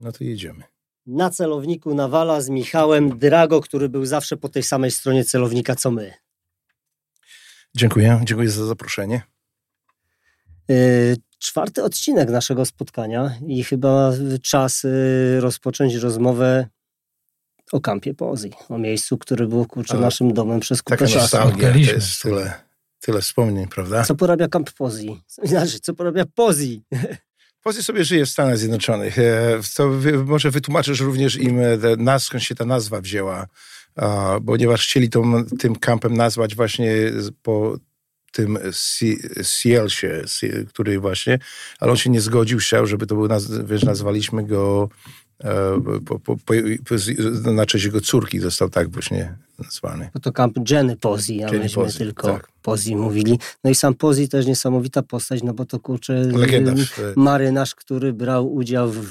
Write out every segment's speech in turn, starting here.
No to jedziemy. Na celowniku Nawala z Michałem Drago, który był zawsze po tej samej stronie celownika co my. Dziękuję za zaproszenie. 4. odcinek naszego spotkania i chyba czas rozpocząć rozmowę o kampie Pozji, o miejscu, które było naszym domem przez kupę czasu. Nostalgia, to jest tyle wspomnień, prawda? Co porabia kamp Pozji? Znaczy, co porabia Pozji? Pozji sobie żyje w Stanach Zjednoczonych. To może wytłumaczysz również im, skąd się ta nazwa wzięła, ponieważ chcieli tym kampem nazwać właśnie po tym Sealsie, który właśnie, ale on się nie zgodził, chciał, żeby to był, nazwaliśmy go na cześć jego córki, został tak właśnie nazwany. No to kamp Jenny Pozji, a myśmy tylko tak. Pozji mówili. No i sam Pozji też niesamowita postać, no bo to marynarz, który brał udział w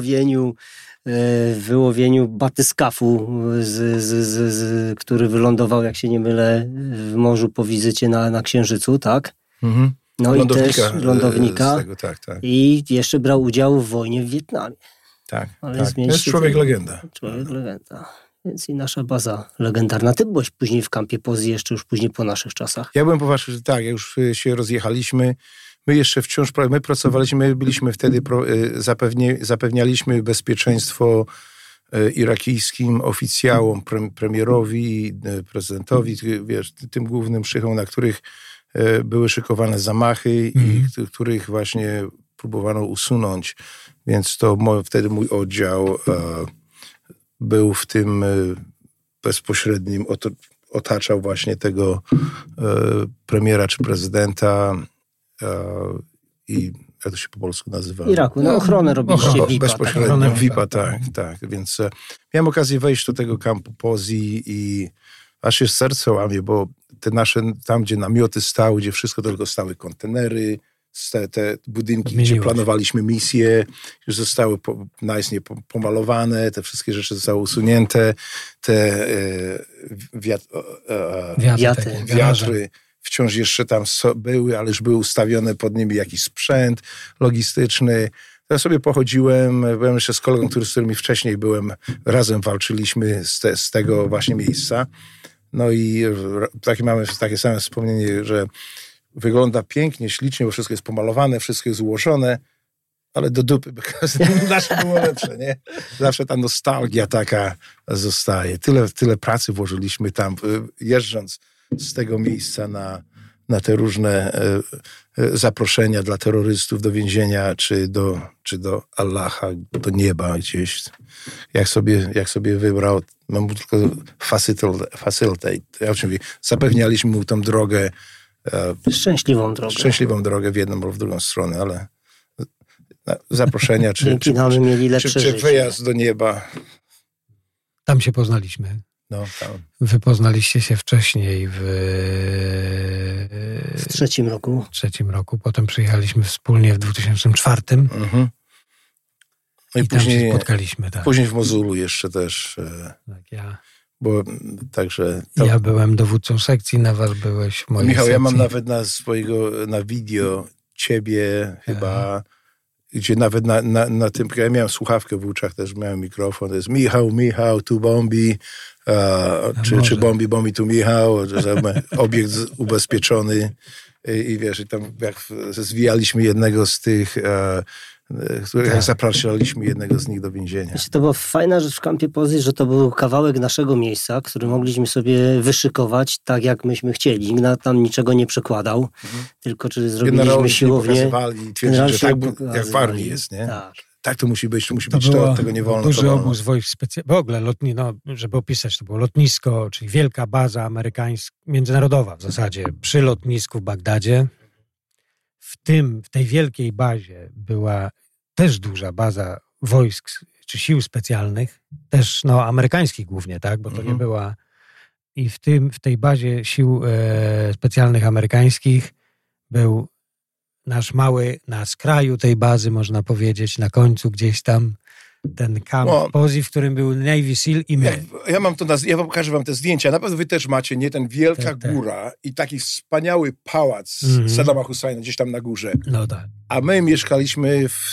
wyłowieniu batyskafu, który wylądował, jak się nie mylę, w morzu po wizycie na Księżycu, tak? Mhm. No i też lądownika. Z tego, tak. I jeszcze brał udział w wojnie w Wietnamie. Tak. To jest człowiek-legenda. Człowiek-legenda. Więc i nasza baza legendarna. Ty byłeś później w kampie Pozji, jeszcze już później po naszych czasach. Ja byłem po waszych, tak, już się rozjechaliśmy. My jeszcze wciąż, my pracowaliśmy, my byliśmy wtedy, zapewnialiśmy bezpieczeństwo irakijskim oficjałom, premierowi, prezydentowi, wiesz, tym głównym szychom, na których były szykowane zamachy i których właśnie próbowano usunąć. Więc to wtedy mój oddział był w tym bezpośrednim, otaczał właśnie tego premiera czy prezydenta i jak to się po polsku nazywa? Iraku, ochronę robiliście VIP-a. Bezpośrednio VIP-a, tak. Więc miałem okazję wejść do tego kampu Pozji i aż się serce łamie, bo te nasze, tam gdzie namioty stały, gdzie wszystko tylko stały kontenery, te budynki, gdzie planowaliśmy misje, już zostały pomalowane, te wszystkie rzeczy zostały usunięte, te wiatry wciąż jeszcze tam były, ale już były ustawione pod nimi jakiś sprzęt logistyczny. Ja sobie pochodziłem, byłem jeszcze z kolegą, z którymi wcześniej byłem, razem walczyliśmy z tego właśnie miejsca. No i mamy takie same wspomnienie, że wygląda pięknie, ślicznie, bo wszystko jest pomalowane, wszystko jest ułożone, ale do dupy, bo nasze było lepsze, nie? Zawsze ta nostalgia taka zostaje. Tyle pracy włożyliśmy tam, jeżdżąc z tego miejsca na te różne zaproszenia dla terrorystów do więzienia, czy do Allaha, do nieba gdzieś. Jak sobie wybrał, mam tylko facilitate. Oczywiście zapewnialiśmy mu tą drogę, szczęśliwą drogę w jedną albo w drugą stronę, ale zaproszenia czy wyjazd do nieba. Tam się poznaliśmy. No, tam. Wy poznaliście się wcześniej w 3 roku. W 3 roku. Potem przyjechaliśmy wspólnie w 2004. Mhm. No i później tam się spotkaliśmy. Tak. Później w Mozulu jeszcze też. Tak, ja. Bo także... Ja byłem dowódcą sekcji, na was byłeś w mojej Michał, sekcji. ja mam nawet na video ciebie chyba, gdzie nawet na tym, ja miałem słuchawkę w uszach, też miałem mikrofon, to jest Michał, tu Bombi, czy Bombi tu Michał, obiekt ubezpieczony i wiesz, i tam jak zwijaliśmy jednego z tych, jak zapraszaliśmy jednego z nich do więzienia. To była fajna rzecz w kampie Pozji, że to był kawałek naszego miejsca, który mogliśmy sobie wyszykować tak, jak myśmy chcieli. Nikt tam niczego nie przekładał, tylko czy zrobiliśmy siłownię. Twierdzili, że tak jak w armii jest, nie? Tak to musi być, tego nie wolno. Duży obóz wojsk specjalnych, w ogóle, żeby opisać, to było lotnisko, czyli wielka baza amerykańska, międzynarodowa w zasadzie, przy lotnisku w Bagdadzie. W tej wielkiej bazie była też duża baza wojsk czy sił specjalnych, też amerykańskich głównie, tak, bo to nie była... I w tej bazie sił specjalnych amerykańskich był nasz mały, na skraju tej bazy, można powiedzieć, na końcu gdzieś tam ten kamp Pozji, w którym był Navy SEAL i my. Ja pokażę wam te zdjęcia. Na pewno wy też macie, nie? Ten wielka góra i taki wspaniały pałac Saddama Husajna gdzieś tam na górze. No tak. A my mieszkaliśmy w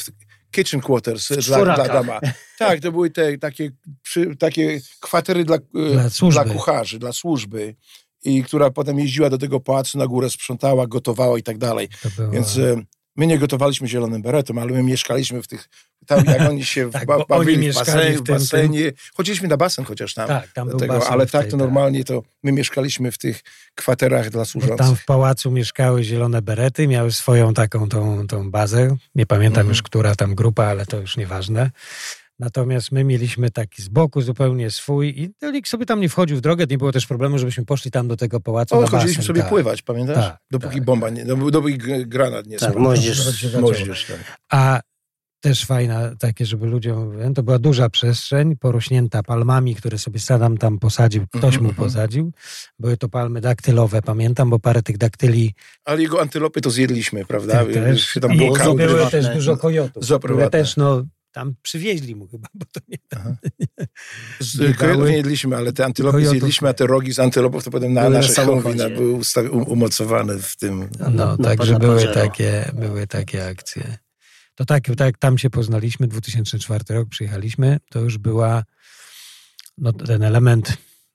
kitchen quarters dla dama. Tak, to były takie kwatery dla kucharzy, dla służby. I która potem jeździła do tego pałacu na górę, sprzątała, gotowała i tak dalej. Więc my nie gotowaliśmy zielonym beretem, ale my mieszkaliśmy w tych, tam jak oni się bawili w basenie. Chodziliśmy na basen chociaż tam. Tak, tam był basen ale tak to normalnie to my mieszkaliśmy w tych kwaterach dla służących. Tam w pałacu mieszkały zielone berety, miały swoją taką tą bazę. Nie pamiętam już, która tam grupa, ale to już nieważne. Natomiast my mieliśmy taki z boku zupełnie swój i nikt sobie tam nie wchodził w drogę, nie było też problemu, żebyśmy poszli tam do tego pałacu na basen. Chodziliśmy sobie pływać, pamiętasz? Dopóki bomba nie, dopóki granat nie spadł. Moździerz. A też fajna takie, żeby ludziom, to była duża przestrzeń, porośnięta palmami, które sobie Saddam tam posadził, ktoś mu posadził. Były to palmy daktylowe, pamiętam, bo parę tych daktyli... Ale jego antylopy to zjedliśmy, prawda? Też. Tam były też dużo kojotów, które też, tam przywieźli mu chyba, bo to nie... Kojotów nie jedliśmy, ale te antylopy zjedliśmy, a te rogi z antylopów to potem na nasze Humvee'ach były umocowane w tym. Także były takie akcje. To tak jak tam się poznaliśmy, 2004 rok przyjechaliśmy, to już była ten element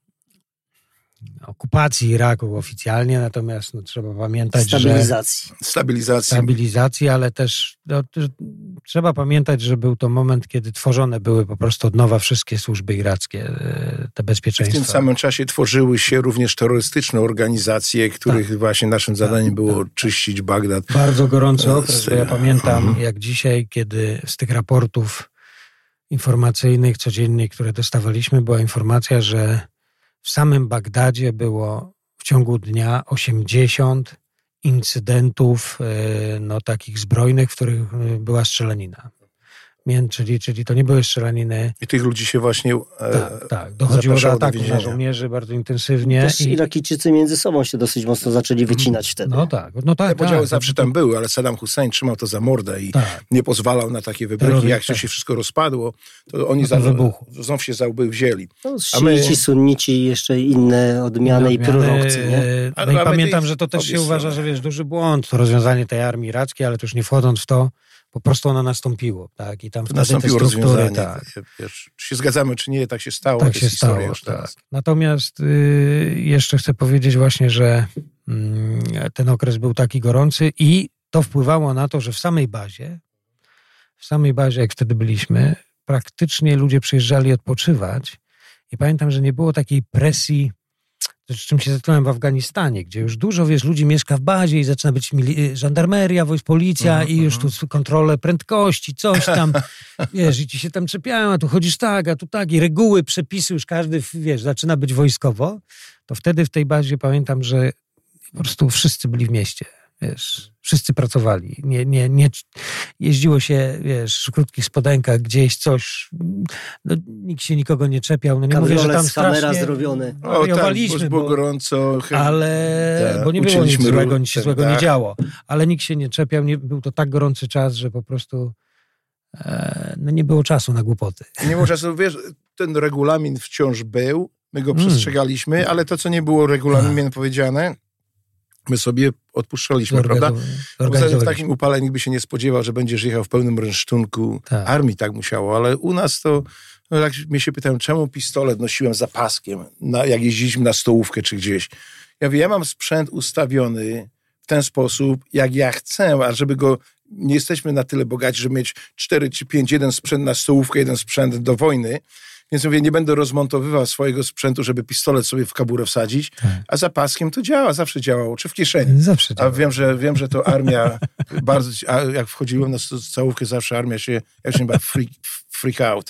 okupacji Iraku oficjalnie, natomiast trzeba pamiętać, stabilizacji, ale też trzeba pamiętać, że był to moment, kiedy tworzone były po prostu od nowa wszystkie służby irackie, te bezpieczeństwa. W tym samym czasie tworzyły się również terrorystyczne organizacje, których właśnie naszym zadaniem było czyścić Bagdad. Bardzo gorący okres, bo ja pamiętam jak dzisiaj, kiedy z tych raportów informacyjnych, codziennych, które dostawaliśmy, była informacja, że w samym Bagdadzie było w ciągu dnia 80 incydentów takich zbrojnych, w których była strzelanina. Czyli to nie były strzelaniny. I tych ludzi się właśnie dochodziło do ataków na żołnierzy bardzo intensywnie. Też Irakijczycy między sobą się dosyć mocno zaczęli wycinać wtedy. Te podziały zawsze tam były, ale Saddam Hussein trzymał to za mordę i nie pozwalał na takie wybryki. Jak to się wszystko rozpadło, to oni znów się za łby wzięli. Szyici, sunnici i jeszcze inne odmiany i prorokcy. I pamiętam, że to też się uważa, że duży błąd, to rozwiązanie tej armii irackiej, ale to już nie wchodząc w to, po prostu ono nastąpiło, tak? I tam wtedy nastąpiło te struktury, rozwiązanie. Czy się zgadzamy, czy nie, tak się stało. Tak się stało, tak. Natomiast jeszcze chcę powiedzieć właśnie, że ten okres był taki gorący i to wpływało na to, że w samej bazie, jak wtedy byliśmy, praktycznie ludzie przyjeżdżali odpoczywać i pamiętam, że nie było takiej presji, z czym się zetknąłem w Afganistanie, gdzie już dużo, ludzi mieszka w bazie i zaczyna być żandarmeria, policja i już tu kontrole prędkości, coś tam, i ci się tam czepiają, a tu chodzisz tak, a tu tak i reguły, przepisy, już każdy, zaczyna być wojskowo, to wtedy w tej bazie pamiętam, że po prostu wszyscy byli w mieście, wszyscy pracowali, nie jeździło się, w krótkich spodenkach gdzieś coś, nikt się nikogo nie czepiał, nie mówię, że tam kamera zrobione. Było gorąco. Bo nie było nic złego, nic się złego nie działo, ale nikt się nie czepiał, był to tak gorący czas, że po prostu nie było czasu na głupoty. Nie było czasu, ten regulamin wciąż był, my go przestrzegaliśmy, ale to, co nie było regulaminem powiedziane, my sobie odpuszczaliśmy, prawda? W takim upale nikt by się nie spodziewał, że będziesz jechał w pełnym rynsztunku. Armii tak musiało, ale u nas to, jak mnie się pytają, czemu pistolet nosiłem za paskiem, jak jeździliśmy na stołówkę czy gdzieś. Ja mówię, ja mam sprzęt ustawiony w ten sposób, jak ja chcę, a żeby go, nie jesteśmy na tyle bogaci, żeby mieć 4 czy 5, jeden sprzęt na stołówkę, jeden sprzęt do wojny. Więc mówię, nie będę rozmontowywał swojego sprzętu, żeby pistolet sobie w kaburę wsadzić, a za paskiem to działa, zawsze działało, czy w kieszeni. Zawsze działa. A wiem, że to armia bardzo, a jak wchodziłem na stołówkę, zawsze armia się, jak się nazywa, freak out.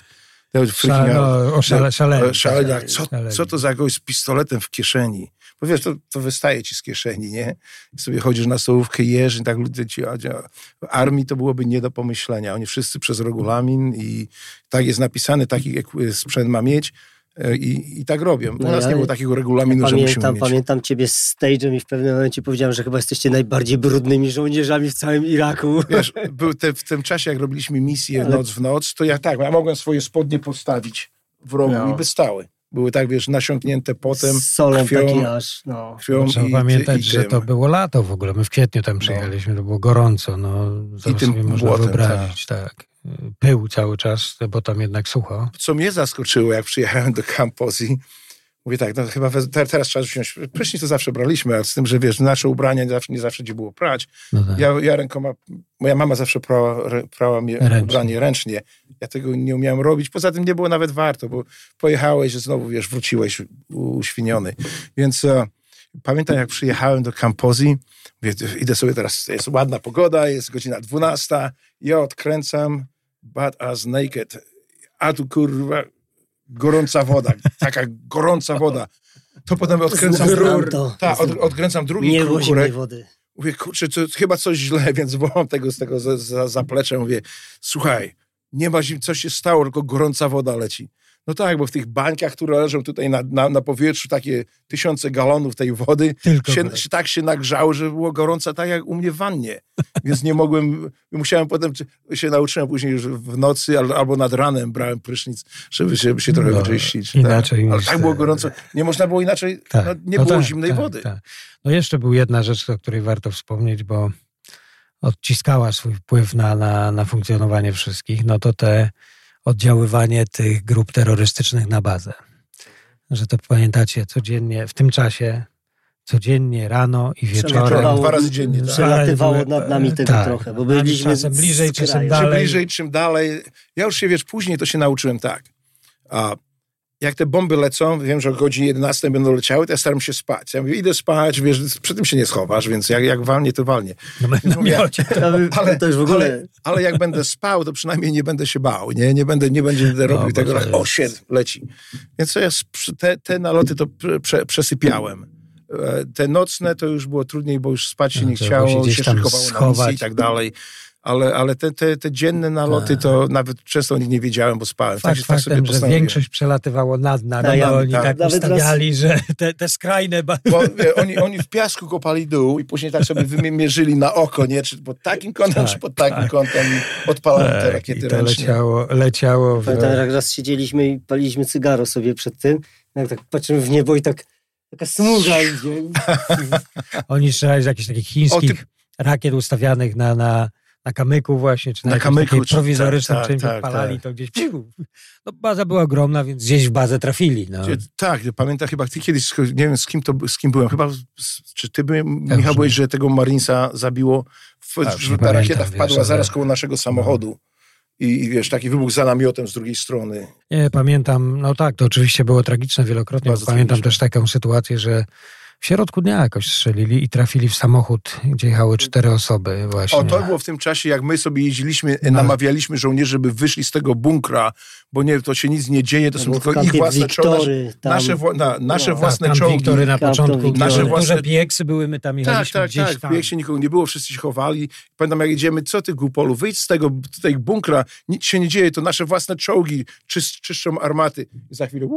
Szalenia. Co to za gość z pistoletem w kieszeni? Bo to wystaje ci z kieszeni, nie? I sobie chodzisz na stołówkę, jesz i tak ludzie ci... W armii to byłoby nie do pomyślenia. Oni wszyscy przez regulamin i tak jest napisane, taki sprzęt ma mieć i tak robią. U nas nie było takiego regulaminu, że musimy mieć. Pamiętam ciebie z stage'em i w pewnym momencie powiedziałem, że chyba jesteście najbardziej brudnymi żołnierzami w całym Iraku. W tym czasie, jak robiliśmy misję noc w noc, to ja mogłem swoje spodnie postawić w rogu i by stały. Były tak, nasiąknięte potem, z solem krwią. Taki aż, Trzeba pamiętać, że to było lato w ogóle. My w kwietniu tam przyjechaliśmy, to było gorąco. I tym można wyobrazić, tak. pył cały czas, bo tam jednak sucho. Co mnie zaskoczyło, jak przyjechałem do Camp Pozzi, mówię tak, no chyba teraz trzeba wziąć, prysznic to zawsze braliśmy, ale z tym, że wiesz, nasze ubrania nie zawsze gdzie było prać. No tak. Ja rękoma, moja mama zawsze prała mi ubranie ręcznie. Ja tego nie umiałem robić, poza tym nie było nawet warto, bo pojechałeś, znowu wiesz, wróciłeś uświniony. Więc pamiętam, jak przyjechałem do Camp Pozzi, mówię, idę sobie teraz, jest ładna pogoda, jest godzina 12, ja odkręcam Butt Ass Naked, a tu kurwa gorąca woda, taka gorąca woda. To potem odkręcam odkręcam drugi krukurek. Wody. Mówię, kurczę, to chyba coś źle, więc wołam tego z tego zaplecza. Mówię, słuchaj, nie ma zim, coś się stało, tylko gorąca woda leci. No tak, bo w tych bańkach, które leżą tutaj na powietrzu, takie 1000 galonów tej wody, tak się nagrzało, że było gorąca tak jak u mnie w wannie. Więc nie mogłem, musiałem potem, się nauczyłem później już w nocy albo nad ranem brałem prysznic, żeby się trochę wyczyścić. Inaczej. Ale tak było gorąco. Nie można było inaczej, nie było zimnej wody. Tak. No jeszcze był jedna rzecz, o której warto wspomnieć, bo odciskała swój wpływ na funkcjonowanie wszystkich, no to te oddziaływanie tych grup terrorystycznych na bazę. Że to pamiętacie codziennie, w tym czasie, codziennie rano i wieczorem. 2 razy dziennie. Przelatywało nad nami tego trochę, bo byliśmy czasem bliżej, czasem dalej. Bliżej, czym dalej. Ja już się, później to się nauczyłem tak. Jak te bomby lecą, wiem, że o godzinie 11 będą leciały, to ja staram się spać. Ja mówię, idę spać, wiesz, przy tym się nie schowasz, więc jak walnie, to walnie. To już w ogóle... ale jak będę spał, to przynajmniej nie będę się bał, nie będzie robił tego, że leci. Więc ja te naloty to przesypiałem. Te nocne to już było trudniej, bo już spać się nie chciało, się szykowało na misji i tak dalej. Ale te dzienne naloty to nawet często o nich nie wiedziałem, bo spałem. Faktem, że większość przelatywało nad nami, bo oni tak ustawiali, że te skrajne... Bo oni w piasku kopali dół i później tak sobie wymierzyli na oko, nie? Czy pod takim kątem, czy pod takim kątem i odpalali te rakiety ręcznie. Leciało. Pamiętam, jak raz siedzieliśmy i paliliśmy cygaro sobie przed tym, jak tak patrzymy w niebo i tak taka smuga idzie. Oni strzelali z jakichś takich chińskich rakiet ustawianych na kamyku właśnie, czy na kamyku, prowizorycznym czymś odpalali, to gdzieś... No baza była ogromna, więc gdzieś w bazę trafili. No. Tak, pamiętam chyba, ty kiedyś, nie wiem z kim byłem, chyba, czy ty Michał, byłeś, że tego Marinesa zabiło, że ta rakieta wpadła zaraz koło naszego samochodu. I wiesz, taki wybuch za namiotem z drugiej strony. Nie, pamiętam, no tak, to oczywiście było tragiczne wielokrotnie. Pamiętam też taką sytuację, że w środku dnia jakoś strzelili i trafili w samochód, gdzie jechały 4 osoby właśnie. To było w tym czasie, jak my sobie jeździliśmy, namawialiśmy żołnierzy, żeby wyszli z tego bunkra, bo nie, to się nic nie dzieje, to są tylko ich własne czołgi. Nasze własne czołgi. Wiktory na początku, nasze duże pieksy były, my tam jechaliśmy gdzieś tam. Tak, w pieksie nikogo nie było, wszyscy się chowali. Pamiętam, jak jedziemy, co ty głupolu, wyjdź z tego bunkra, nic się nie dzieje, to nasze własne czołgi czyszczą armaty. I za chwilę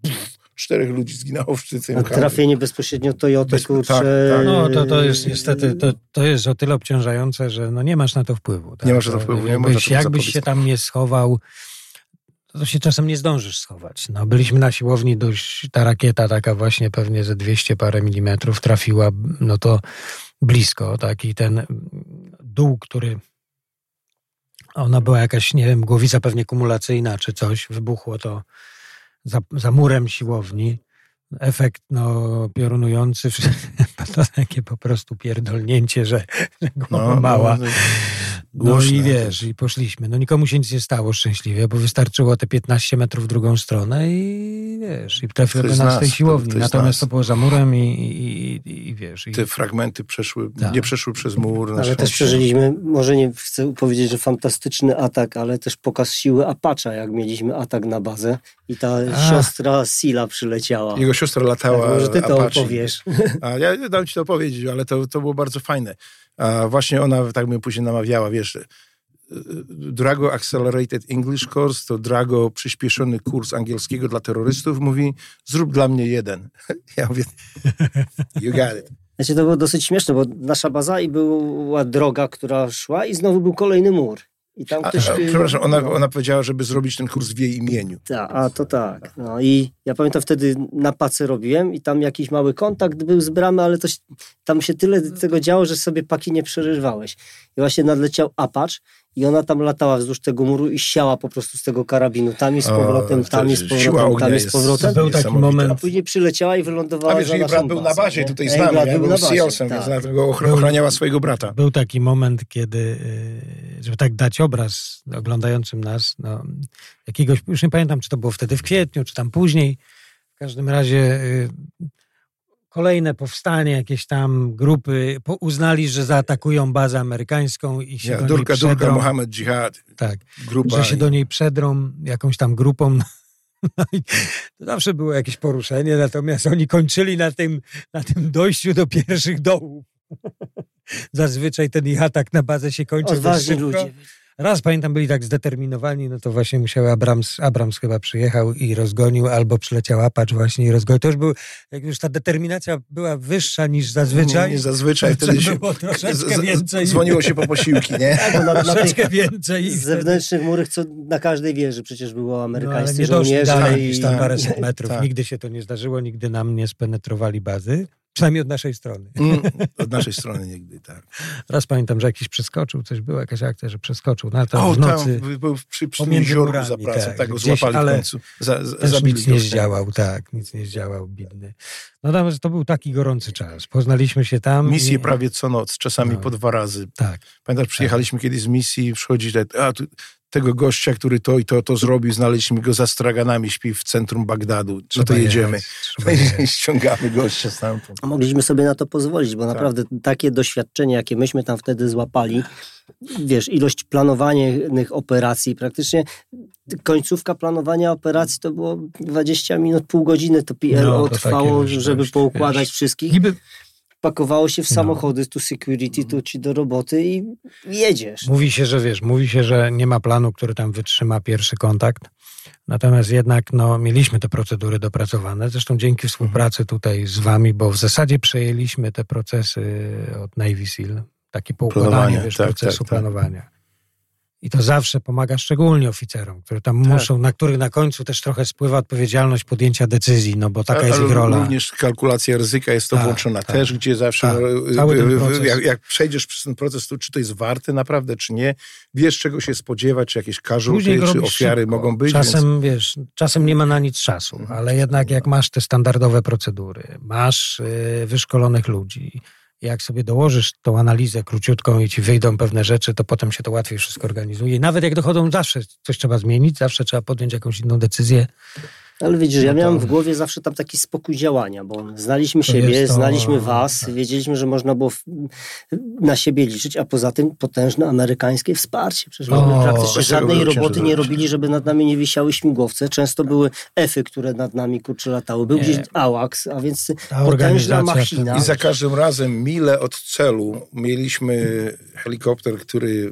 4 ludzi zginęło w tym trafienie bezpośrednio Toyoty, kurczę. Tak. No to jest niestety, to jest o tyle obciążające, że no nie masz na to wpływu. Tak? Nie masz na to wpływu. Jakbyś się tam nie schował, to się czasem nie zdążysz schować. No, byliśmy na siłowni, ta rakieta taka właśnie pewnie ze 200 parę milimetrów trafiła, no to blisko, tak, i ten dół, który... Ona była jakaś, nie wiem, głowica pewnie kumulacyjna czy coś, wybuchło to za murem siłowni. Efekt piorunujący, to takie po prostu pierdolnięcie, że głowa mała. No i wiesz, i poszliśmy. No nikomu się nic nie stało szczęśliwie, bo wystarczyło te 15 metrów w drugą stronę i wiesz, i trafiło do nas tej siłowni. Natomiast to było za murem i wiesz. Te fragmenty nie przeszły przez mur. Ale też przeżyliśmy, może nie chcę powiedzieć, że fantastyczny atak, ale też pokaz siły Apacha, jak mieliśmy atak na bazę i ta siostra Sila przyleciała. Jego siostra latała. Tak, może ty to opowiesz. Ja dam ci to opowiedzieć, ale to było bardzo fajne. A właśnie ona tak mnie później namawiała, wiesz, Drago Accelerated English Course, to Drago przyspieszony kurs angielskiego dla terrorystów, mówi, zrób dla mnie 1. Ja mówię, you got it. Znaczy, to było dosyć śmieszne, bo nasza baza i była droga, która szła i znowu był kolejny mur. I tam ktoś... Przepraszam, ona powiedziała, żeby zrobić ten kurs w jej imieniu. To tak. No i ja pamiętam, wtedy na pace robiłem i tam jakiś mały kontakt był z bramy, ale tam się tyle tego działo, że sobie paki nie przerywałeś. I właśnie nadleciał Apache i ona tam latała wzdłuż tego muru i siała po prostu z tego karabinu. Tam i z powrotem, tam i z powrotem, tam i z powrotem. Był taki moment. A później przyleciała i wylądowała A wiesz, jej brat był na bazie tutaj z nami, ja był Sealsem, więc dlatego ochraniała swojego brata. Był taki moment, kiedy, żeby tak dać obraz oglądającym nas, no, jakiegoś, już nie pamiętam, czy to było wtedy w kwietniu, czy tam później, w każdym razie kolejne powstanie, jakieś tam grupy uznali, że zaatakują bazę amerykańską i się do niej przedrą. Durka, Mohammed Jihad. Tak, grupa że się do niej przedrą jakąś tam grupą. No i to zawsze było jakieś poruszenie, natomiast oni kończyli na tym dojściu do pierwszych dołów. Zazwyczaj ten ich atak na bazę się kończył dość szybko. Ludzie. Raz pamiętam, byli tak zdeterminowani, no to właśnie musiał Abrams chyba przyjechał i rozgonił, albo przyleciał Apache właśnie i rozgonił. To już był, jak już ta determinacja była wyższa niż zazwyczaj. Nie zazwyczaj, wtedy się było troszeczkę więcej. Dzwoniło się po posiłki, nie? Troszeczkę więcej. Z zewnętrznych murów, co na każdej wieży przecież było amerykańskie nie żołnierze. Dalej tam paręset metrów. Tak. Nigdy się to nie zdarzyło, nigdy nam nie spenetrowali bazy. Przynajmniej od naszej strony. Od naszej strony nigdy, tak. Raz pamiętam, że jakiś przeskoczył, była jakaś akcja, że przeskoczył. No, to w nocy był przy tym jeziorku za pracą, tak go złapali w końcu. Zabili nic nie zdziałał, nic nie zdziałał, bidny. No to był taki gorący czas. Poznaliśmy się tam. Misje prawie co noc, czasami po 2 razy. Tak. Pamiętasz, przyjechaliśmy kiedyś z misji, przychodzi tego gościa, który to i to zrobił, znaleźliśmy go za straganami, śpi w centrum Bagdadu. No to jedziemy. I ściągamy gościa stamtąd. Mogliśmy sobie na to pozwolić, bo naprawdę takie doświadczenie, jakie myśmy tam wtedy złapali, wiesz, ilość planowanych operacji, praktycznie końcówka planowania operacji to było 20 minut, pół godziny to PLO trwało, żeby poukładać wszystkich. Pakowało się w samochody, tu security, tu ci do roboty i jedziesz. Mówi się, że nie ma planu, który tam wytrzyma pierwszy kontakt. Natomiast jednak mieliśmy te procedury dopracowane. Zresztą dzięki współpracy tutaj z wami, bo w zasadzie przejęliśmy te procesy od Navy SEAL. Takie poukładanie procesu planowania. I to zawsze pomaga szczególnie oficerom, którzy tam muszą, na których na końcu też trochę spływa odpowiedzialność podjęcia decyzji, no bo taka jest ich rola. Również kalkulacja ryzyka jest to włączona też, gdzie zawsze jak przejdziesz przez ten proces, to czy to jest warte naprawdę, czy nie, wiesz czego się spodziewać, czy jakieś casualty, czy ofiary szybko mogą być. Czasem nie ma na nic czasu, ale jednak jak masz te standardowe procedury, masz wyszkolonych ludzi, jak sobie dołożysz tą analizę króciutką i ci wyjdą pewne rzeczy, to potem się to łatwiej wszystko organizuje. I nawet jak dochodzą, zawsze coś trzeba zmienić, zawsze trzeba podjąć jakąś inną decyzję. Ale widzisz, ja miałem w głowie zawsze tam taki spokój działania, bo znaliśmy siebie, znaliśmy was, wiedzieliśmy, że można było na siebie liczyć, a poza tym potężne amerykańskie wsparcie. Przecież myśmy praktycznie żadnej roboty nie robili, żeby nad nami nie wisiały śmigłowce. Często były F-y, które nad nami latały. Był gdzieś AWACS, a więc potężna machina. I za każdym razem mile od celu mieliśmy helikopter, który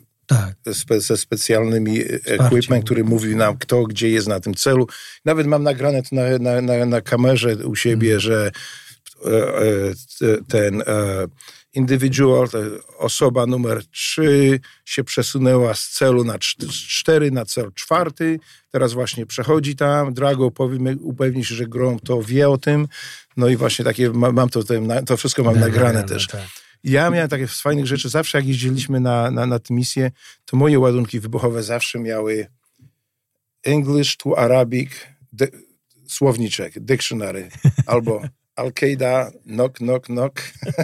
ze specjalnymi equipment, który mówił nam, kto gdzie jest na tym celu. Nawet mam nagrane to na kamerze u siebie, że ten individual, osoba numer 3 się przesunęła z celu na 4 na cel 4. Teraz właśnie przechodzi tam. Drago upewni się, że Grom to wie o tym. No i właśnie takie, mam to wszystko mam nagrane też. Tak. Ja miałem takie z fajnych rzeczy. Zawsze jak jeździliśmy na tę misję, to moje ładunki wybuchowe zawsze miały English to Arabic słowniczek, dictionary, albo Al-Qaida, knock, knock, knock.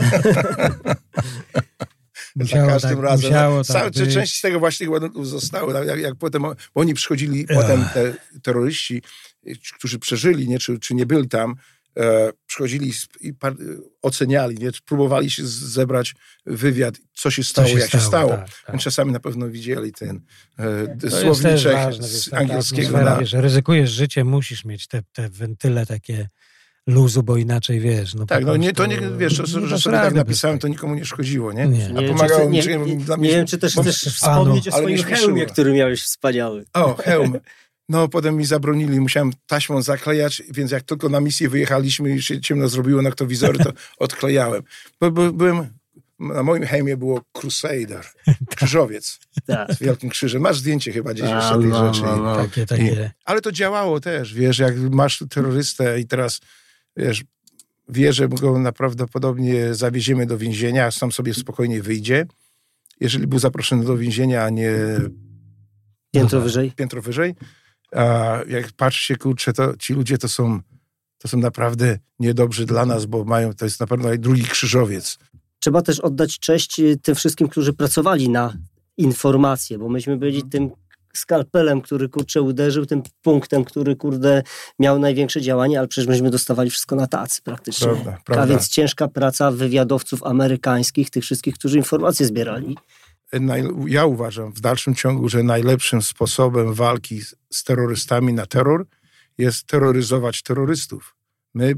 Za każdym razem. Część z tego właśnie tych ładunków zostały. Jak potem oni przychodzili, potem te terroryści, którzy przeżyli, nie, czy nie byli tam, przychodzili i oceniali, nie? Próbowali się zebrać wywiad, co się stało, jak się stało. Tak. Czasami na pewno widzieli ten słowniczek z angielskiego. Ryzykujesz życie, musisz mieć te wentyle takie luzu, bo inaczej wiesz. Że sobie tak napisałem, to nikomu nie szkodziło, nie? A pomagało mi. Nie wiem, czy też chcesz wspomnieć o swoim hełmie, który miałeś wspaniały. O, hełm. No, potem mi zabronili, musiałem taśmą zaklejać, więc jak tylko na misję wyjechaliśmy i się ciemno zrobiło na ktowizory, to odklejałem. Na moim hełmie było Crusader, krzyżowiec z wielkim krzyżem. Masz zdjęcie chyba gdzieś jeszcze tej rzeczy. Takie. Ale to działało też, wiesz, jak masz terrorystę i teraz, wiesz, wie, że go prawdopodobnie zawieziemy do więzienia, a sam sobie spokojnie wyjdzie jeżeli był zaproszony do więzienia, a nie piętro wyżej, a jak patrzcie, kurczę, to ci ludzie to są naprawdę niedobrzy dla nas, bo to jest na pewno drugi krzyżowiec. Trzeba też oddać cześć tym wszystkim, którzy pracowali na informacje, bo myśmy byli tym skalpelem, który, kurczę, uderzył, tym punktem, który, kurde, miał największe działanie, ale przecież myśmy dostawali wszystko na tacy praktycznie. Prawda. A więc ciężka praca wywiadowców amerykańskich, tych wszystkich, którzy informacje zbierali. Ja uważam w dalszym ciągu, że najlepszym sposobem walki z terrorystami na terror jest terroryzować terrorystów. My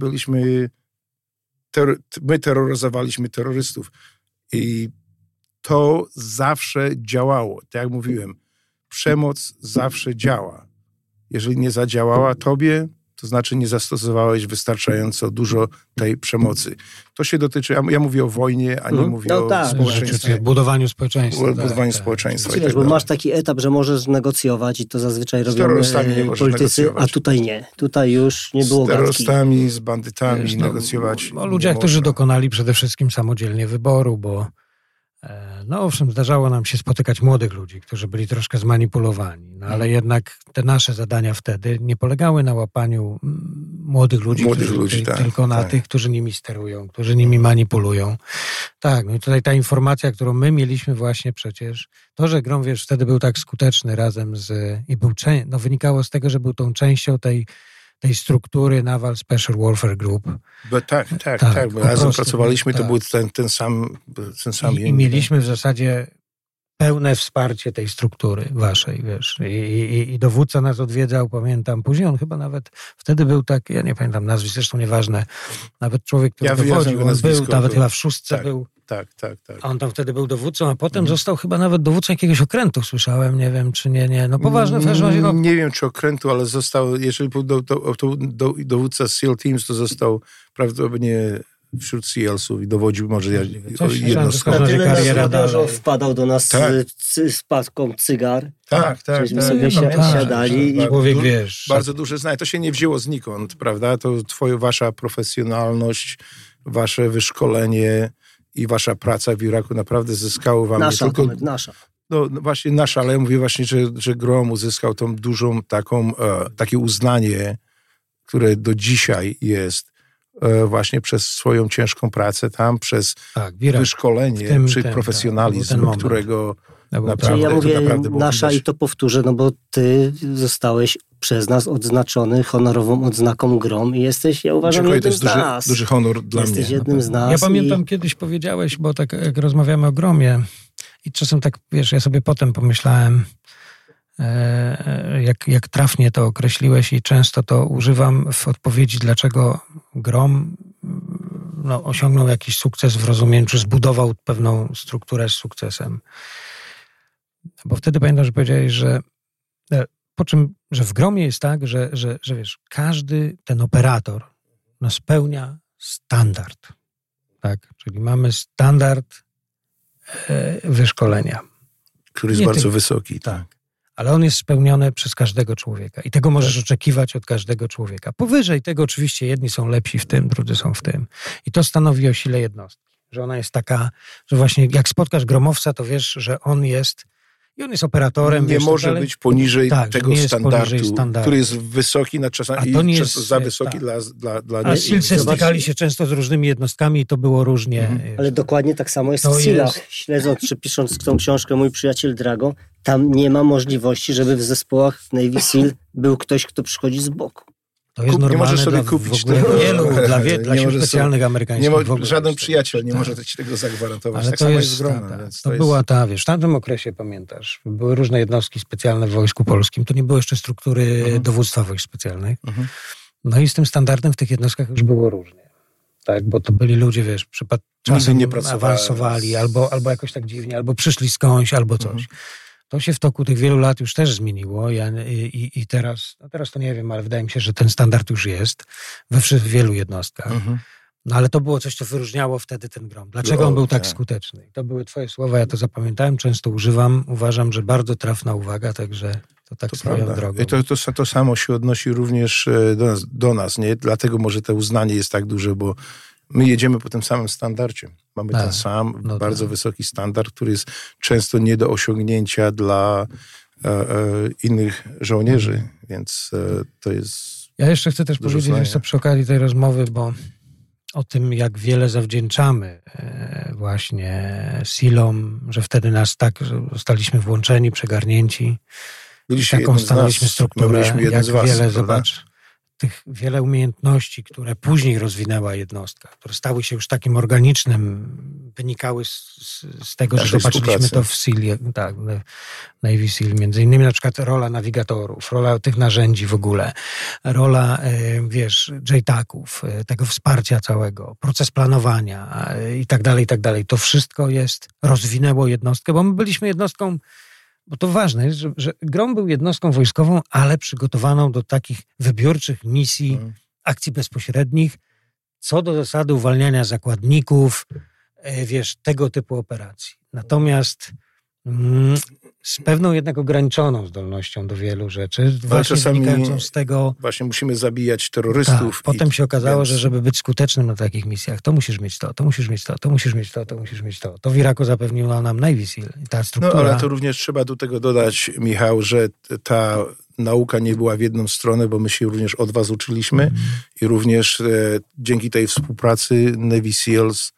terroryzowaliśmy terrorystów i to zawsze działało. Tak jak mówiłem, przemoc zawsze działa. Jeżeli nie zadziałała tobie, to znaczy nie zastosowałeś wystarczająco dużo tej przemocy. To się dotyczy, ja mówię o wojnie, a nie mówię o społeczeństwie. Budowaniu społeczeństwa. Społeczeństwa. Wiesz, bo masz taki etap, że możesz negocjować i to zazwyczaj robią politycy, a tutaj nie. Tutaj już nie było gadki. Z terrorystami, z bandytami negocjować. Ludzie, którzy dokonali przede wszystkim samodzielnie wyboru, bo owszem, zdarzało nam się spotykać młodych ludzi, którzy byli troszkę zmanipulowani, ale jednak te nasze zadania wtedy nie polegały na łapaniu młodych ludzi, tylko na tych, którzy nimi sterują, którzy nimi manipulują. Tak, no i tutaj ta informacja, którą my mieliśmy właśnie przecież, to, że GROM, wiesz, wtedy był tak skuteczny razem wynikało z tego, że był tą częścią tej struktury Naval Special Warfare Group. Tak, bo razem pracowaliśmy, to był ten sam I mieliśmy w zasadzie pełne wsparcie tej struktury waszej, wiesz. I dowódca nas odwiedzał, pamiętam, później on chyba nawet wtedy był tak, ja nie pamiętam nazwisk, zresztą nieważne, nawet człowiek, który dowodził, on był, nawet chyba w szóstce był. Tak. A on tam wtedy był dowódcą, a potem został chyba nawet dowódcą jakiegoś okrętu, słyszałem, nie wiem, czy nie. No poważne w każdym razie. Nie wiem, czy okrętu, ale został, jeżeli był dowódca SEAL Teams, to został prawdopodobnie wśród SEALsów i dowodził może jednostką. Na tyle że wpadał do nas z paską cygar. Tak. Żeśmy sobie siadali. I człowiek, wiesz, bardzo duże znaje. To się nie wzięło znikąd, prawda? To wasza profesjonalność, wasze wyszkolenie i wasza praca w Iraku naprawdę zyskało wam nasza. No właśnie nasza, ale ja mówię właśnie, że GROM uzyskał tą dużą takie uznanie, które do dzisiaj jest właśnie przez swoją ciężką pracę tam, przez wyszkolenie, profesjonalizm, którego naprawdę, ja mówię naprawdę nasza widać. I to powtórzę, no bo ty zostałeś przez nas odznaczony honorową odznaką GROM i jesteś, ja uważam, jednym z nas. To jest duży honor dla mnie. Jesteś jednym z nas. Ja pamiętam, kiedyś powiedziałeś, bo tak jak rozmawiamy o GROMie i czasem tak, wiesz, ja sobie potem pomyślałem, jak trafnie to określiłeś i często to używam w odpowiedzi, dlaczego GROM osiągnął jakiś sukces w rozumieniu, czy zbudował pewną strukturę z sukcesem. Bo wtedy pamiętam, że powiedziałeś, że w GROMie jest tak, że wiesz, każdy ten operator spełnia standard. Tak? Czyli mamy standard wyszkolenia. Który jest bardzo wysoki. Tak. Ale on jest spełniony przez każdego człowieka. I tego możesz oczekiwać od każdego człowieka. Powyżej tego oczywiście jedni są lepsi w tym, drudzy są w tym. I to stanowi o sile jednostki. Że ona jest taka, że właśnie jak spotkasz gromowca, to wiesz, że on jest i on jest operatorem. Nie może być poniżej tego standardu, który jest wysoki na czasami często za wysoki dla ale SEALsy stykali się często z różnymi jednostkami i to było różnie. Ale dokładnie tak samo jest w SEALach. Śledząc czy pisząc tą książkę Mój przyjaciel Drago, tam nie ma możliwości, żeby w zespołach Navy SEAL był ktoś, kto przychodzi z boku. To jest normalne. Nie możesz sobie kupić tego. Dla sił specjalnych amerykańskich. Żaden przyjaciel nie może ci tego zagwarantować. Ale tak samo jest z GROM. To była wiesz, w tamtym okresie pamiętasz, były różne jednostki specjalne w Wojsku Polskim. To nie były jeszcze struktury dowództwa wojsk specjalnych. No i z tym standardem w tych jednostkach już było różnie. Tak, bo to byli ludzie, wiesz, czasem nie awansowali, albo jakoś tak dziwnie, albo przyszli skądś, albo coś. To się w toku tych wielu lat już też zmieniło i teraz to nie wiem, ale wydaje mi się, że ten standard już jest w wielu jednostkach. No ale to było coś, co wyróżniało wtedy ten GROM. Dlaczego on był tak skuteczny? I to były twoje słowa, ja to zapamiętałem, często używam. Uważam, że bardzo trafna uwaga, także to tak swoją drogą. I to samo się odnosi również do nas, nie? Dlatego może to uznanie jest tak duże, bo My jedziemy po tym samym standardzie. Mamy ten sam, bardzo wysoki standard, który jest często nie do osiągnięcia dla innych żołnierzy, więc to jest... Ja jeszcze chcę też powiedzieć jeszcze przy okazji tej rozmowy, bo o tym, jak wiele zawdzięczamy właśnie SEAL-om, że wtedy nas tak, że zostaliśmy włączeni, przegarnięci. Taką stanowiliśmy strukturę, jak wiele, zobacz, tych wiele umiejętności, które później rozwinęła jednostka, które stały się już takim organicznym, wynikały z tego, że zobaczyliśmy to w SEAL, tak, Navy SEAL, między innymi na przykład rola nawigatorów, rola tych narzędzi w ogóle, rola, JTAG-ów, tego wsparcia całego, proces planowania i tak dalej. To wszystko rozwinęło jednostkę, bo my byliśmy jednostką. Bo to ważne jest, że GROM był jednostką wojskową, ale przygotowaną do takich wybiórczych misji, akcji bezpośrednich, co do zasady uwalniania zakładników, tego typu operacji. Natomiast z pewną jednak ograniczoną zdolnością do wielu rzeczy, właśnie wynikającą z tego... Właśnie musimy zabijać terrorystów. Tak, potem się okazało, że żeby być skutecznym na takich misjach, to musisz mieć to musisz mieć to musisz mieć to. To w Iraku zapewniła nam Navy SEAL. Ta struktura... No ale to również trzeba do tego dodać, Michał, że ta nauka nie była w jedną stronę, bo my się również od was uczyliśmy i również dzięki tej współpracy Navy SEALs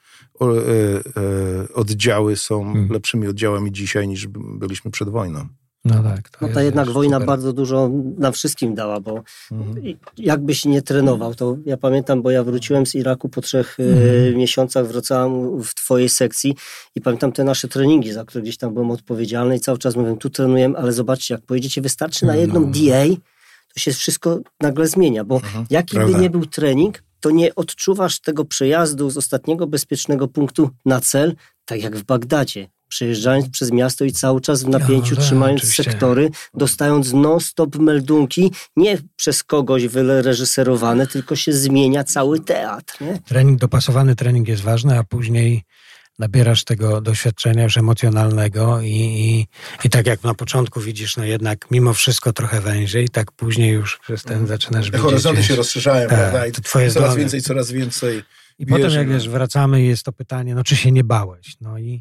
oddziały są lepszymi oddziałami dzisiaj niż byliśmy przed wojną. No tak. Ta jednak wojna bardzo dużo nam wszystkim dała, bo jakbyś nie trenował, to ja pamiętam, bo ja wróciłem z Iraku po 3 miesiącach, wracałem w twojej sekcji i pamiętam te nasze treningi, za które gdzieś tam byłem odpowiedzialny i cały czas mówię, tu trenujemy, ale zobaczcie, jak pojedziecie, wystarczy na jedną DA, to się wszystko nagle zmienia, bo jaki by nie był trening, to nie odczuwasz tego przejazdu z ostatniego bezpiecznego punktu na cel, tak jak w Bagdadzie. Przejeżdżając przez miasto i cały czas w napięciu, trzymając sektory, dostając non-stop meldunki, nie przez kogoś wyreżyserowane, tylko się zmienia cały teatr. Nie? Dopasowany trening jest ważny, a później nabierasz tego doświadczenia już emocjonalnego i tak jak na początku widzisz, no jednak mimo wszystko trochę węziej, tak później już przez ten zaczynasz widzieć. Horyzonty się rozszerzają, prawda? I coraz więcej. I potem jak wracamy i jest to pytanie, no czy się nie bałeś?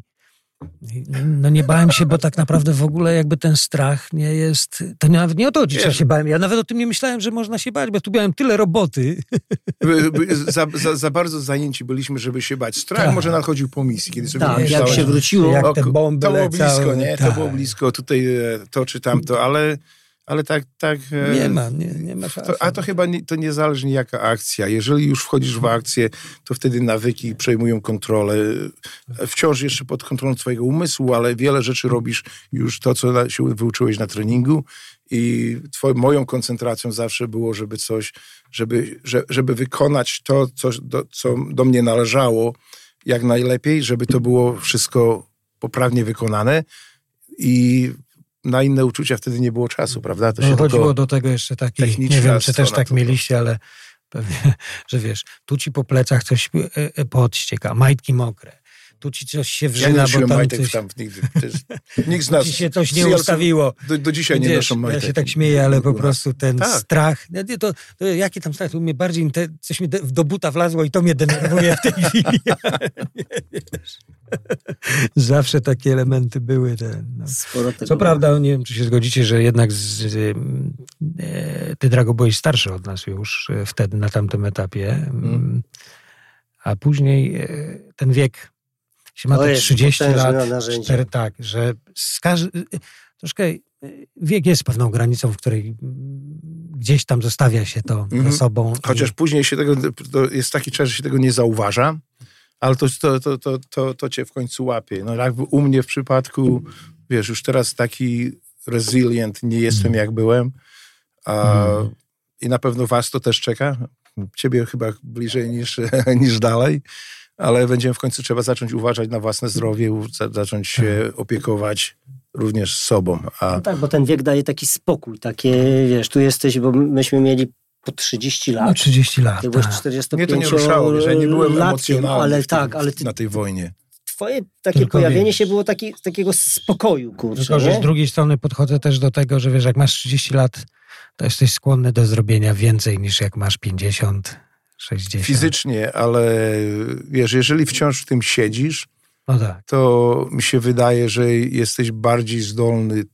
No nie bałem się, bo tak naprawdę w ogóle jakby ten strach nie jest... To nawet nie o to, czy się bałem. Ja nawet o tym nie myślałem, że można się bać, bo tu miałem tyle roboty. Za bardzo zajęci byliśmy, żeby się bać. Strach może nadchodził po misji. Kiedy sobie jak się wróciło. Jak te bomby to było blisko, nie? To było blisko, tutaj to czy tamto, ale tak... Nie ma czasu. A to chyba to niezależnie jaka akcja. Jeżeli już wchodzisz w akcję, to wtedy nawyki przejmują kontrolę. Wciąż jeszcze pod kontrolą twojego umysłu, ale wiele rzeczy robisz już to, co się wyuczyłeś na treningu i moją koncentracją zawsze było, żeby wykonać to, co do mnie należało jak najlepiej, żeby to było wszystko poprawnie wykonane i na inne uczucia wtedy nie było czasu, prawda? To się chodziło do tego jeszcze taki, nie wiem, czy też tak mieliście, ale pewnie, że wiesz, tu ci po plecach coś podścieka, majtki mokre, tu ci coś się wrzyna, bo tam coś... Nikt z nas... Ci się coś nie ustawiło. Do dzisiaj nie noszą majtek. Ja się tak śmieję, ale po prostu ten strach... To jaki tam strach? To mnie bardziej... Coś mi do buta wlazło i to mnie denerwuje w tej chwili. Zawsze takie elementy były. Co prawda, nie wiem, czy się zgodzicie, że jednak ty, Drago, byłeś starszy od nas już wtedy, na tamtym etapie. A później ten wiek się ma tak 30 lat, 4, tak, że troszkę wiek jest pewną granicą, w której gdzieś tam zostawia się to za sobą. Chociaż później się to jest taki czas, że się tego nie zauważa, ale to cię w końcu łapie. No jakby u mnie w przypadku, wiesz, już teraz taki resilient nie jestem jak byłem i na pewno was to też czeka. Ciebie chyba bliżej niż dalej. Ale będziemy w końcu trzeba zacząć uważać na własne zdrowie, zacząć się opiekować również sobą. No tak, bo ten wiek daje taki spokój, takie, wiesz, tu jesteś, bo myśmy mieli po 30 lat. No 30 lat, ty byłeś 45 Mnie to nie ruszało, że nie byłem emocjonalny ale na tej wojnie. Twoje takie tylko pojawienie się było takiego spokoju, kurczę. Tylko, że z drugiej strony podchodzę też do tego, że wiesz, jak masz 30 lat, to jesteś skłonny do zrobienia więcej niż jak masz 50, 60. fizycznie, ale wiesz, jeżeli wciąż w tym siedzisz, No tak. to mi się wydaje, że jesteś bardziej zdolny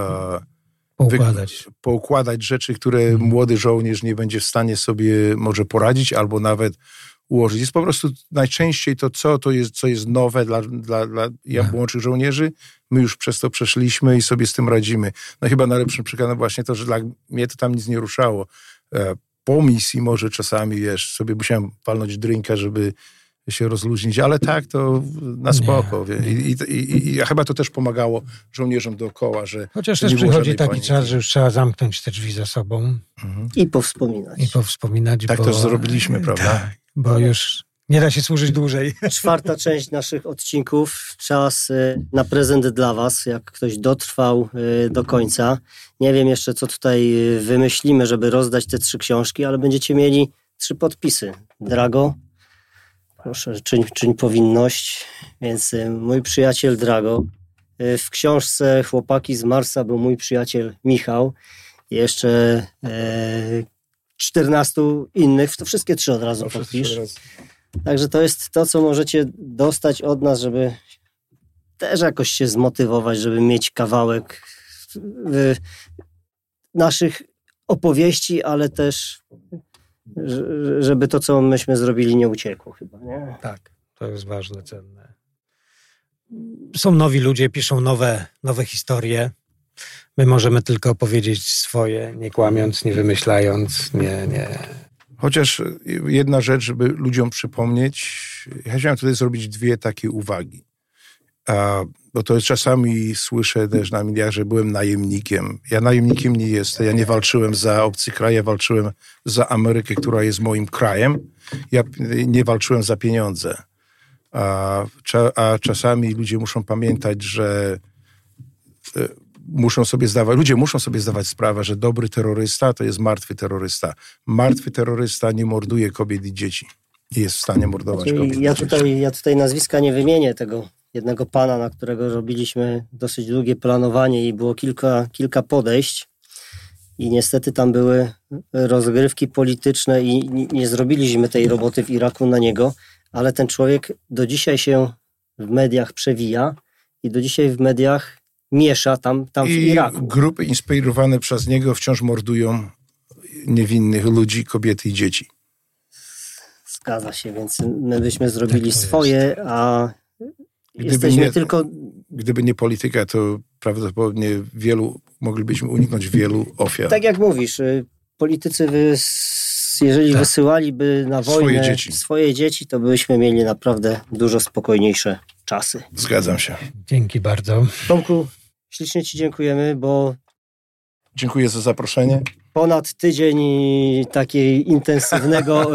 poukładać rzeczy, które młody żołnierz nie będzie w stanie sobie może poradzić albo nawet ułożyć. Jest po prostu najczęściej to, co jest nowe dla młodszych żołnierzy. My już przez to przeszliśmy i sobie z tym radzimy. No chyba najlepszym przykładem właśnie to, że dla mnie to tam nic nie ruszało. Po misji może czasami, wiesz, sobie musiałem palnąć drinka, żeby się rozluźnić, ale tak, to na spoko. I chyba to też pomagało żołnierzom dookoła, że... Chociaż też przychodzi taki czas, że już trzeba zamknąć te drzwi za sobą. I powspominać. Tak to zrobiliśmy, prawda? Tak, bo już nie da się służyć dłużej. 4. część naszych odcinków. Czas na prezent dla was, jak ktoś dotrwał do końca. Nie wiem jeszcze, co tutaj wymyślimy, żeby rozdać te 3 książki, ale będziecie mieli 3 podpisy. Drago, proszę, czyń powinność. Więc mój przyjaciel Drago. W książce Chłopaki z Marsa był mój przyjaciel Michał. Jeszcze 14 innych. To wszystkie 3 od razu podpisz. Także to jest to, co możecie dostać od nas, żeby też jakoś się zmotywować, żeby mieć kawałek naszych opowieści, ale też żeby to, co myśmy zrobili, nie uciekło chyba, nie? Tak, to jest ważne, cenne. Są nowi ludzie, piszą nowe historie. My możemy tylko opowiedzieć swoje, nie kłamiąc, nie wymyślając, nie. Chociaż jedna rzecz, żeby ludziom przypomnieć, ja chciałem tutaj zrobić 2 takie uwagi. Bo to czasami słyszę też na mediach, że byłem najemnikiem. Ja najemnikiem nie jestem. Ja nie walczyłem za obcy kraj, ja walczyłem za Amerykę, która jest moim krajem. Ja nie walczyłem za pieniądze. A czasami ludzie muszą pamiętać, że ludzie muszą sobie zdawać sprawę, że dobry terrorysta to jest martwy terrorysta. Martwy terrorysta nie morduje kobiet i dzieci. Nie jest w stanie mordować kobiet i dzieci. Ja tutaj nazwiska nie wymienię tego jednego pana, na którego robiliśmy dosyć długie planowanie i było kilka podejść. I niestety tam były rozgrywki polityczne i nie zrobiliśmy tej roboty w Iraku na niego, ale ten człowiek do dzisiaj się w mediach przewija i do dzisiaj w mediach miesza tam w Iraku. Grupy inspirowane przez niego wciąż mordują niewinnych ludzi, kobiety i dzieci. Zgadza się, więc my byśmy zrobili swoje, a Gdyby nie polityka, to prawdopodobnie moglibyśmy uniknąć wielu ofiar. Tak jak mówisz, politycy jeżeli wysyłaliby na wojnę swoje dzieci, to byśmy mieli naprawdę dużo spokojniejsze czasy. Zgadzam się. Dzięki bardzo. Tomku, ślicznie ci dziękujemy, bo... Dziękuję za zaproszenie. Ponad tydzień takiej intensywnego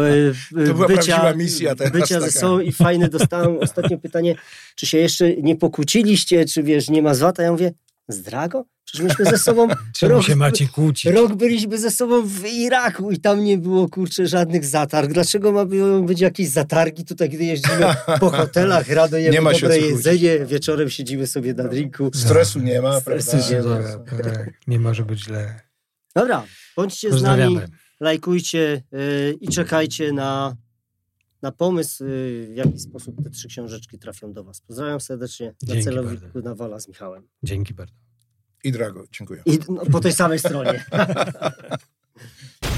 bycia ze sobą i fajne dostałem ostatnio pytanie, czy się jeszcze nie pokłóciliście, czy wiesz, nie ma zwata. Ja mówię, z Drago? Przecież myśmy ze sobą... Czemu się macie kłócić? Rok byliśmy ze sobą w Iraku i tam nie było, żadnych zatarg. Dlaczego ma być jakieś zatargi tutaj, gdy jeździmy po hotelach, rano jemy dobre jedzenie, wieczorem siedzimy sobie na drinku. Stresu nie ma, prawda? Nie może być źle. Dobra, bądźcie z nami, lajkujcie i czekajcie na pomysł, w jaki sposób te 3 książeczki trafią do was. Pozdrawiam serdecznie. Na celowniku Nawala z Michałem. Dzięki bardzo. I Drago, dziękuję. I po tej samej stronie.